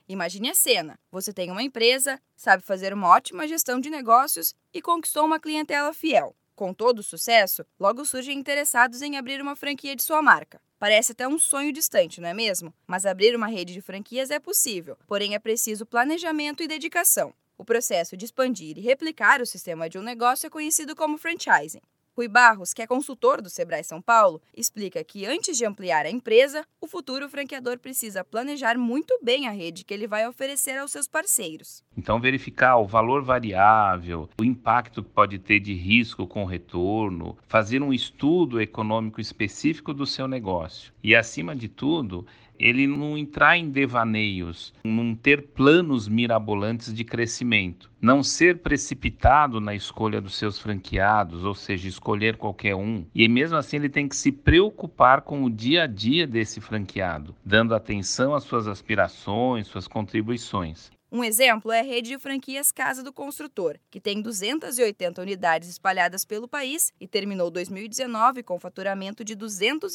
Imagine a cena. Você tem uma empresa, sabe fazer uma ótima gestão de negócios e conquistou uma clientela fiel. Com todo o sucesso, logo surgem interessados em abrir uma franquia de sua marca. Parece até um sonho distante, não é mesmo? Mas abrir uma rede de franquias é possível, porém é preciso planejamento e dedicação. O processo de expandir e replicar o sistema de um negócio é conhecido como franchising. Rui Barros, que é consultor do Sebrae São Paulo, explica que antes de ampliar a empresa, o futuro franqueador precisa planejar muito bem a rede que ele vai oferecer aos seus parceiros. Então, verificar o valor variável, o impacto que pode ter de risco com o retorno, fazer um estudo econômico específico do seu negócio. E, acima de tudo, ele não entrar em devaneios, não ter planos mirabolantes de crescimento, não ser precipitado na escolha dos seus franqueados, ou seja, escolher qualquer um. E mesmo assim ele tem que se preocupar com o dia a dia desse franqueado, dando atenção às suas aspirações, suas contribuições. Um exemplo é a rede de franquias Casa do Construtor, que tem 280 unidades espalhadas pelo país e terminou 2019 com faturamento de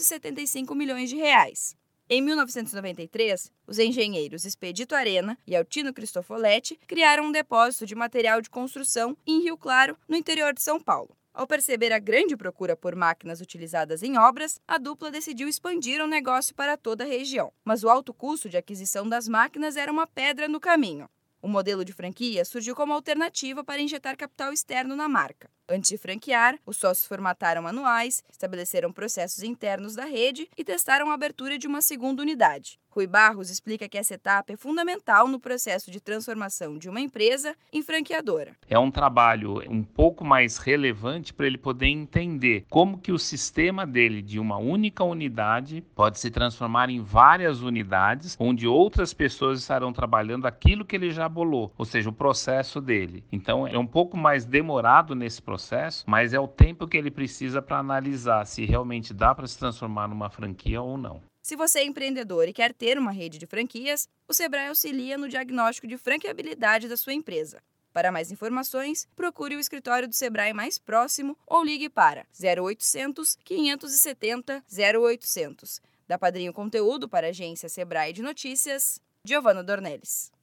275 milhões de reais. Em 1993, os engenheiros Expedito Arena e Altino Cristofoletti criaram um depósito de material de construção em Rio Claro, no interior de São Paulo. Ao perceber a grande procura por máquinas utilizadas em obras, a dupla decidiu expandir o negócio para toda a região. Mas o alto custo de aquisição das máquinas era uma pedra no caminho. O modelo de franquia surgiu como alternativa para injetar capital externo na marca. Antes de franquear, os sócios formataram manuais, estabeleceram processos internos da rede e testaram a abertura de uma segunda unidade. Rui Barros explica que essa etapa é fundamental no processo de transformação de uma empresa em franqueadora. É um trabalho um pouco mais relevante para ele poder entender como que o sistema dele de uma única unidade pode se transformar em várias unidades, onde outras pessoas estarão trabalhando aquilo que ele já bolou, ou seja, o processo dele. Então é um pouco mais demorado nesse processo, mas é o tempo que ele precisa para analisar se realmente dá para se transformar numa franquia ou não. Se você é empreendedor e quer ter uma rede de franquias, o Sebrae auxilia no diagnóstico de franqueabilidade da sua empresa. Para mais informações, procure o escritório do Sebrae mais próximo ou ligue para 0800 570 0800. Da Padrinho Conteúdo para a agência Sebrae de Notícias, Giovana Dornelles.